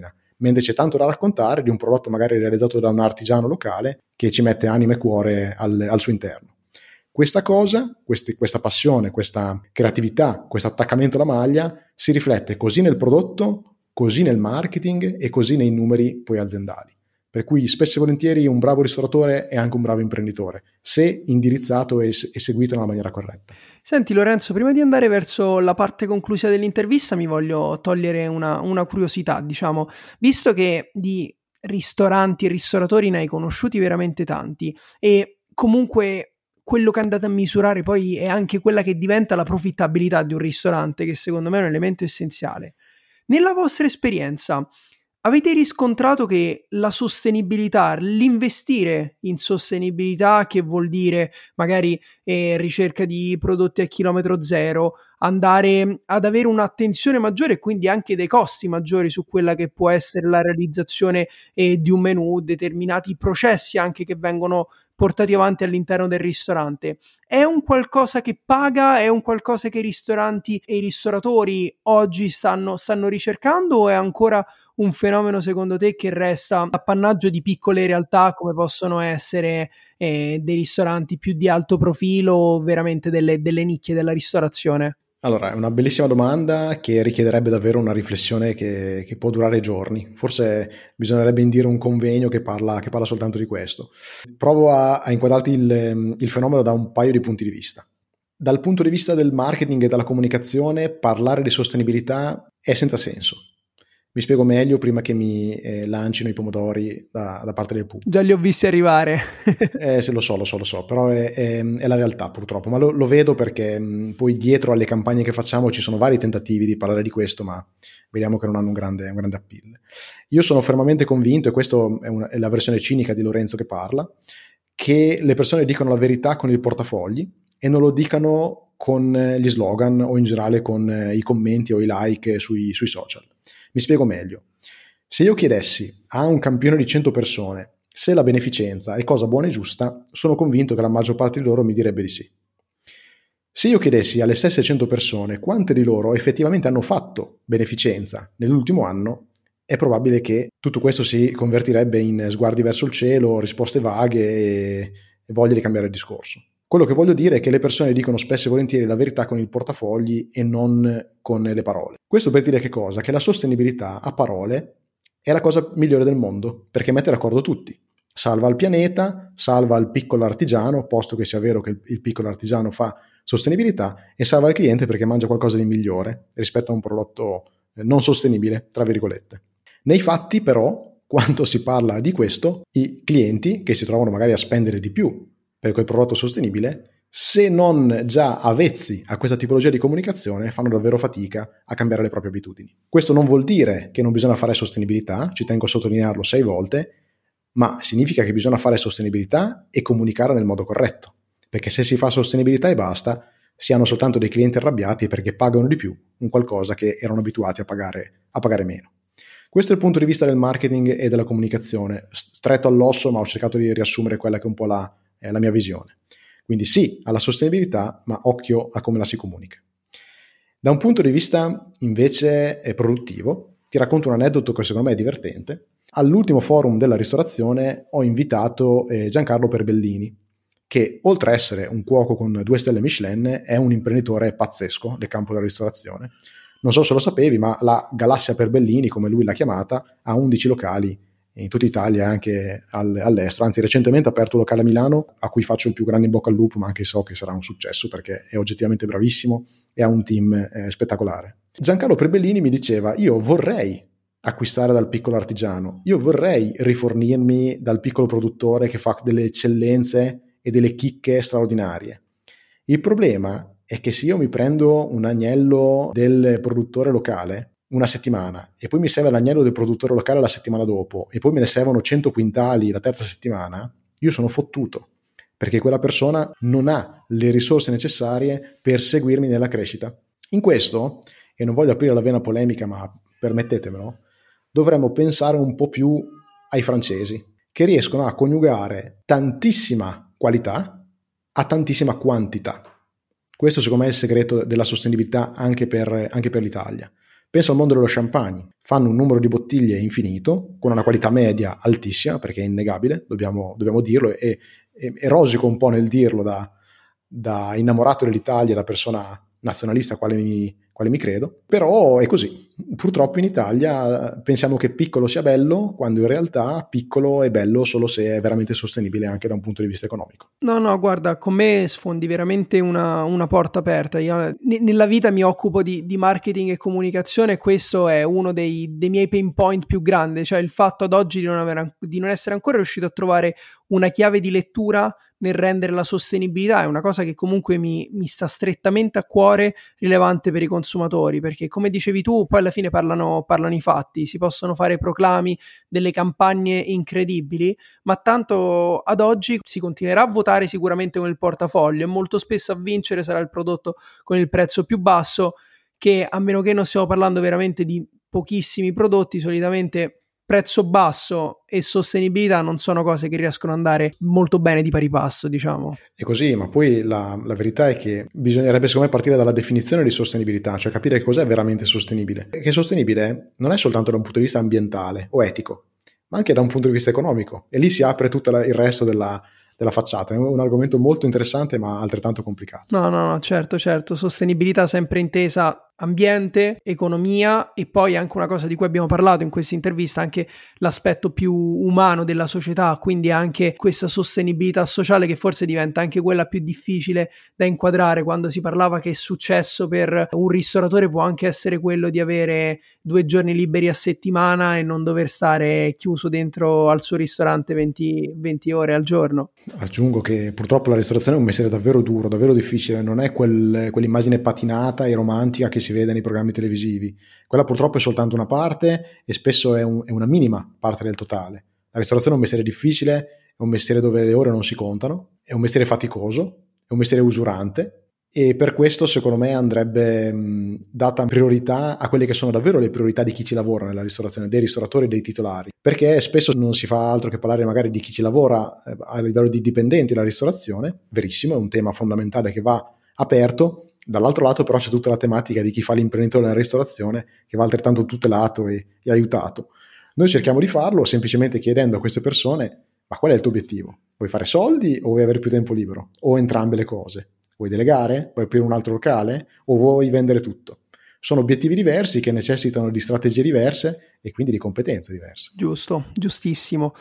mentre c'è tanto da raccontare di un prodotto magari realizzato da un artigiano locale che ci mette anima e cuore al suo interno. Questa cosa, questa passione, questa creatività, questo attaccamento alla maglia si riflette così nel prodotto, così nel marketing e così nei numeri poi aziendali. Per cui spesso e volentieri un bravo ristoratore è anche un bravo imprenditore, se indirizzato e seguito nella maniera corretta. Senti Lorenzo, prima di andare verso la parte conclusiva dell'intervista mi voglio togliere una curiosità, diciamo, visto che di ristoranti e ristoratori ne hai conosciuti veramente tanti e comunque quello che andate a misurare poi è anche quella che diventa la profittabilità di un ristorante, che secondo me è un elemento essenziale. Nella vostra esperienza avete riscontrato che la sostenibilità, l'investire in sostenibilità, che vuol dire magari ricerca di prodotti a chilometro zero, andare ad avere un'attenzione maggiore e quindi anche dei costi maggiori su quella che può essere la realizzazione di un menù, determinati processi anche che vengono portati avanti all'interno del ristorante, è un qualcosa che paga, è un qualcosa che i ristoranti e i ristoratori oggi stanno ricercando, o è ancora un fenomeno secondo te che resta appannaggio di piccole realtà come possono essere dei ristoranti più di alto profilo o veramente delle nicchie della ristorazione? Allora, è una bellissima domanda che richiederebbe davvero una riflessione che può durare giorni. Forse bisognerebbe indire un convegno che parla soltanto di questo. Provo a inquadrarti il fenomeno da un paio di punti di vista. Dal punto di vista del marketing e della comunicazione, parlare di sostenibilità è senza senso. Mi spiego meglio prima che mi lancino i pomodori da parte del pubblico. Già li ho visti arrivare. Lo so, però è la realtà purtroppo, ma lo vedo perché poi dietro alle campagne che facciamo ci sono vari tentativi di parlare di questo, ma vediamo che non hanno un grande appeal. Io sono fermamente convinto, e questa è la versione cinica di Lorenzo che parla, che le persone dicano la verità con il portafogli e non lo dicano con gli slogan o in generale con i commenti o i like sui social. Mi spiego meglio. Se io chiedessi a un campione di 100 persone se la beneficenza è cosa buona e giusta, sono convinto che la maggior parte di loro mi direbbe di sì. Se io chiedessi alle stesse 100 persone quante di loro effettivamente hanno fatto beneficenza nell'ultimo anno, è probabile che tutto questo si convertirebbe in sguardi verso il cielo, risposte vaghe e voglia di cambiare il discorso. Quello che voglio dire è che le persone dicono spesso e volentieri la verità con il portafogli e non con le parole. Questo per dire che cosa? Che la sostenibilità a parole è la cosa migliore del mondo, perché mette d'accordo tutti. Salva il pianeta, salva il piccolo artigiano, posto che sia vero che il piccolo artigiano fa sostenibilità, e salva il cliente perché mangia qualcosa di migliore rispetto a un prodotto non sostenibile, tra virgolette. Nei fatti, però, quando si parla di questo, i clienti che si trovano magari a spendere di più per quel prodotto sostenibile, se non già avvezzi a questa tipologia di comunicazione, fanno davvero fatica a cambiare le proprie abitudini. Questo non vuol dire che non bisogna fare sostenibilità, ci tengo a sottolinearlo 6 volte, ma significa che bisogna fare sostenibilità e comunicare nel modo corretto, perché se si fa sostenibilità e basta, si hanno soltanto dei clienti arrabbiati perché pagano di più un qualcosa che erano abituati a pagare meno. Questo è il punto di vista del marketing e della comunicazione, stretto all'osso, ma ho cercato di riassumere quella che è un po' la mia visione. Quindi sì alla sostenibilità, ma occhio a come la si comunica. Da un punto di vista invece produttivo, ti racconto un aneddoto che secondo me è divertente. All'ultimo forum della ristorazione ho invitato Giancarlo Perbellini, che oltre a essere un cuoco con 2 stelle Michelin è un imprenditore pazzesco del campo della ristorazione. Non so se lo sapevi, ma la Galassia Perbellini, come lui l'ha chiamata, ha 11 locali in tutta Italia e anche all'estero. Anzi, recentemente ha aperto un locale a Milano, a cui faccio il più grande in bocca al lupo, ma anche so che sarà un successo perché è oggettivamente bravissimo e ha un team spettacolare. Giancarlo Perbellini mi diceva: io vorrei acquistare dal piccolo artigiano, io vorrei rifornirmi dal piccolo produttore che fa delle eccellenze e delle chicche straordinarie. Il problema è che se io mi prendo un agnello del produttore locale una settimana e poi mi serve l'agnello del produttore locale la settimana dopo e poi me ne servono 100 quintali la terza settimana, io sono fottuto, perché quella persona non ha le risorse necessarie per seguirmi nella crescita. In questo, e non voglio aprire la vena polemica, ma permettetemelo, dovremmo pensare un po' più ai francesi, che riescono a coniugare tantissima qualità a tantissima quantità. Questo secondo me è il segreto della sostenibilità anche per l'Italia. Pensa al mondo dello champagne, fanno un numero di bottiglie infinito, con una qualità media altissima, perché è innegabile, dobbiamo dirlo, e rosico un po' nel dirlo da innamorato dell'Italia, da persona nazionalista quale mi credo, però è così. Purtroppo in Italia pensiamo che piccolo sia bello, quando in realtà piccolo è bello solo se è veramente sostenibile anche da un punto di vista economico. No, guarda, con me sfondi veramente una porta aperta. Io nella vita mi occupo di marketing e comunicazione, e questo è uno dei miei pain point più grandi, cioè il fatto ad oggi di non essere ancora riuscito a trovare una chiave di lettura nel rendere la sostenibilità. È una cosa che comunque mi sta strettamente a cuore, rilevante per i consumatori, perché come dicevi tu, poi alla fine parlano i fatti, si possono fare proclami, delle campagne incredibili, ma tanto ad oggi si continuerà a votare sicuramente con il portafoglio, e molto spesso a vincere sarà il prodotto con il prezzo più basso, che, a meno che non stiamo parlando veramente di pochissimi prodotti, solitamente prezzo basso e sostenibilità non sono cose che riescono ad andare molto bene di pari passo, diciamo. È così, ma poi la verità è che bisognerebbe secondo me partire dalla definizione di sostenibilità, cioè capire che cos'è veramente sostenibile. Che sostenibile non è soltanto da un punto di vista ambientale o etico, ma anche da un punto di vista economico, e lì si apre tutto il resto della facciata. È un argomento molto interessante ma altrettanto complicato. No, certo, sostenibilità sempre intesa ambiente, economia, e poi anche una cosa di cui abbiamo parlato in questa intervista, anche l'aspetto più umano della società, quindi anche questa sostenibilità sociale, che forse diventa anche quella più difficile da inquadrare. Quando si parlava che successo per un ristoratore può anche essere quello di avere 2 giorni liberi a settimana e non dover stare chiuso dentro al suo ristorante 20 ore al giorno. Aggiungo che purtroppo la ristorazione è un mestiere davvero duro, davvero difficile, non è quell'immagine patinata e romantica che si vede nei programmi televisivi. Quella purtroppo è soltanto una parte, e spesso è una minima parte del totale. La ristorazione è un mestiere difficile, è un mestiere dove le ore non si contano, è un mestiere faticoso, è un mestiere usurante, e per questo secondo me andrebbe data priorità a quelle che sono davvero le priorità di chi ci lavora nella ristorazione, dei ristoratori e dei titolari, perché spesso non si fa altro che parlare magari di chi ci lavora a livello di dipendenti della ristorazione. Verissimo, è un tema fondamentale che va aperto. Dall'altro lato però c'è tutta la tematica di chi fa l'imprenditore nella ristorazione, che va altrettanto tutelato e aiutato. Noi cerchiamo di farlo semplicemente chiedendo a queste persone: ma qual è il tuo obiettivo? Vuoi fare soldi o vuoi avere più tempo libero? O entrambe le cose? Vuoi delegare? Vuoi aprire un altro locale? O vuoi vendere tutto? Sono obiettivi diversi che necessitano di strategie diverse e quindi di competenze diverse. Giusto, giustissimo.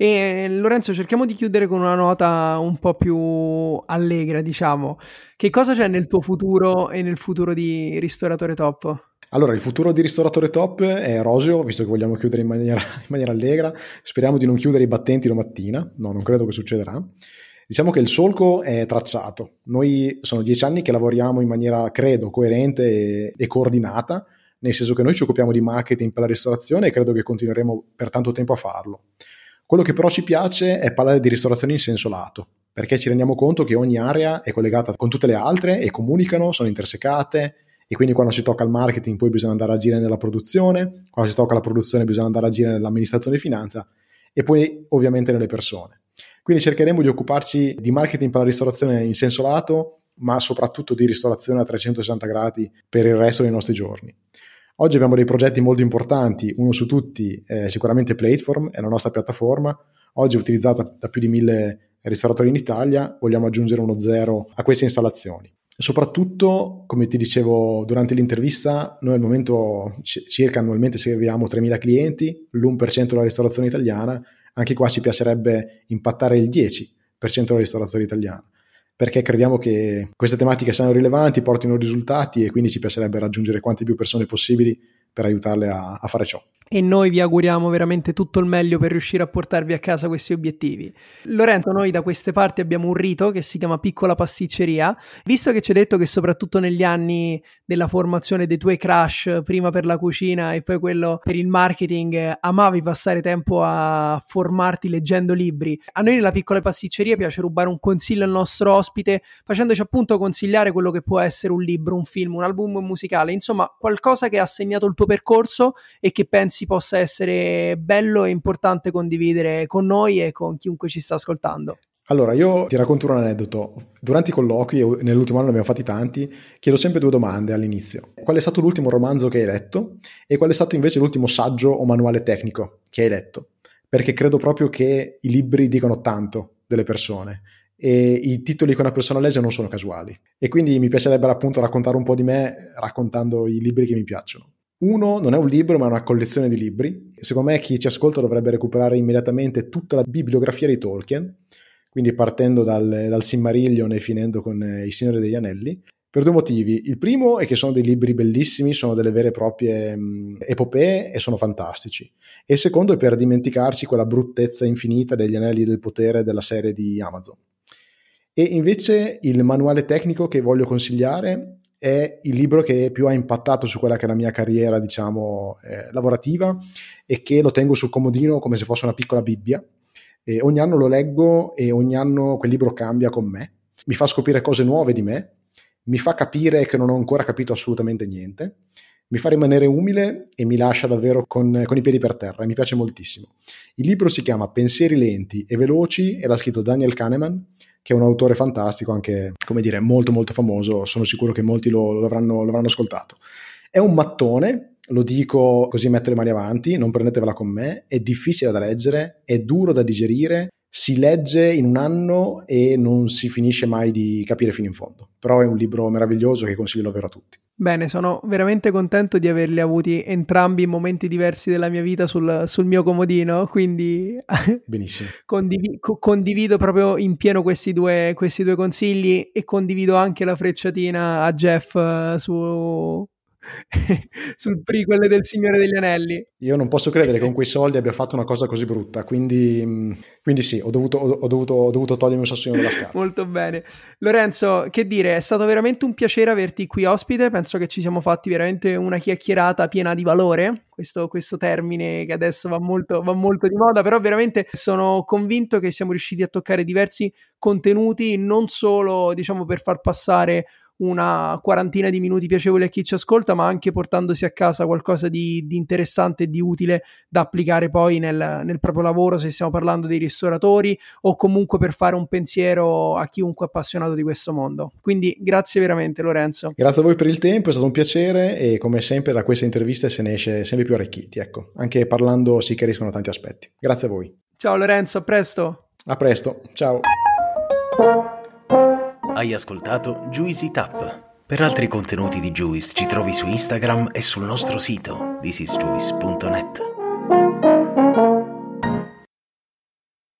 E Lorenzo, cerchiamo di chiudere con una nota un po' più allegra, diciamo. Che cosa c'è nel tuo futuro e nel futuro di Ristoratore Top? Allora, il futuro di Ristoratore Top è roseo, visto che vogliamo chiudere in maniera allegra. Speriamo di non chiudere i battenti domattina. No, non credo che succederà. Diciamo che il solco è tracciato. Noi sono 10 anni che lavoriamo in maniera, credo, coerente e coordinata, nel senso che noi ci occupiamo di marketing per la ristorazione e credo che continueremo per tanto tempo a farlo. Quello che però ci piace è parlare di ristorazione in senso lato, perché ci rendiamo conto che ogni area è collegata con tutte le altre e comunicano, sono intersecate, e quindi quando si tocca il marketing poi bisogna andare a agire nella produzione, quando si tocca la produzione bisogna andare a agire nell'amministrazione di finanza e poi ovviamente nelle persone. Quindi cercheremo di occuparci di marketing per la ristorazione in senso lato, ma soprattutto di ristorazione a 360 gradi per il resto dei nostri giorni. Oggi abbiamo dei progetti molto importanti, uno su tutti è sicuramente Platform, è la nostra piattaforma, oggi è utilizzata da più di 1000 ristoratori in Italia, vogliamo aggiungere uno 0 a queste installazioni. Soprattutto, come ti dicevo durante l'intervista, noi al momento circa annualmente serviamo 3.000 clienti, l'1% della ristorazione italiana. Anche qua ci piacerebbe impattare il 10% della ristorazione italiana, perché crediamo che queste tematiche siano rilevanti, portino risultati, e quindi ci piacerebbe raggiungere quante più persone possibili per aiutarle a fare ciò. E noi vi auguriamo veramente tutto il meglio per riuscire a portarvi a casa questi obiettivi. Lorenzo, noi da queste parti abbiamo un rito che si chiama Piccola Pasticceria. Visto che ci hai detto che soprattutto negli anni della formazione dei tuoi crush, prima per la cucina e poi quello per il marketing, amavi passare tempo a formarti leggendo libri, a noi nella Piccola Pasticceria piace rubare un consiglio al nostro ospite, facendoci appunto consigliare quello che può essere un libro, un film, un album musicale, insomma qualcosa che ha segnato il tuo percorso e che pensi possa essere bello e importante condividere con noi e con chiunque ci sta ascoltando. Allora, io ti racconto un aneddoto. Durante i colloqui, e nell'ultimo anno ne abbiamo fatti tanti, chiedo sempre 2 domande all'inizio. Qual è stato l'ultimo romanzo che hai letto? E qual è stato invece l'ultimo saggio o manuale tecnico che hai letto? Perché credo proprio che i libri dicano tanto delle persone e i titoli che una persona legge non sono casuali. E quindi mi piacerebbe appunto raccontare un po' di me raccontando i libri che mi piacciono. Uno non è un libro, ma è una collezione di libri. Secondo me chi ci ascolta dovrebbe recuperare immediatamente tutta la bibliografia di Tolkien, quindi partendo dal Silmarillion e finendo con Il Signore degli Anelli, per 2 motivi. Il primo è che sono dei libri bellissimi, sono delle vere e proprie epopee e sono fantastici. E il secondo è per dimenticarci quella bruttezza infinita degli Anelli del Potere della serie di Amazon. E invece il manuale tecnico che voglio consigliare è il libro che più ha impattato su quella che è la mia carriera, diciamo, lavorativa, e che lo tengo sul comodino come se fosse una piccola Bibbia. E ogni anno lo leggo e ogni anno quel libro cambia con me, mi fa scoprire cose nuove di me, mi fa capire che non ho ancora capito assolutamente niente, mi fa rimanere umile e mi lascia davvero con i piedi per terra, e mi piace moltissimo. Il libro si chiama Pensieri lenti e veloci e l'ha scritto Daniel Kahneman, che è un autore fantastico, anche, come dire, molto molto famoso. Sono sicuro che molti lo avranno ascoltato. È un mattone, lo dico così metto le mani avanti, non prendetevela con me, è difficile da leggere, è duro da digerire, si legge in un anno e non si finisce mai di capire fino in fondo, però è un libro meraviglioso che consiglio davvero a tutti. Bene, sono veramente contento di averli avuti entrambi in momenti diversi della mia vita sul mio comodino, quindi benissimo. Condivido proprio in pieno questi due consigli, e condivido anche la frecciatina a Jeff sul prequel del Signore degli Anelli. Io non posso credere che con quei soldi abbia fatto una cosa così brutta, quindi sì, ho dovuto togliermi un sassolino dalla scarpa. Molto bene. Lorenzo, che dire, è stato veramente un piacere averti qui ospite, penso che ci siamo fatti veramente una chiacchierata piena di valore, questo termine che adesso va molto di moda, però veramente sono convinto che siamo riusciti a toccare diversi contenuti, non solo, diciamo, per far passare una quarantina di minuti piacevoli a chi ci ascolta, ma anche portandosi a casa qualcosa di interessante e di utile da applicare poi nel proprio lavoro, se stiamo parlando dei ristoratori, o comunque per fare un pensiero a chiunque appassionato di questo mondo. Quindi grazie veramente, Lorenzo. Grazie a voi per il tempo, è stato un piacere, e come sempre da queste interviste se ne esce sempre più arricchiti, ecco, anche parlando si chiariscono tanti aspetti. Grazie a voi. Ciao Lorenzo, a presto. A presto, ciao. Hai ascoltato Juicy Tap. Per altri contenuti di Juice ci trovi su Instagram e sul nostro sito thisisjuice.net.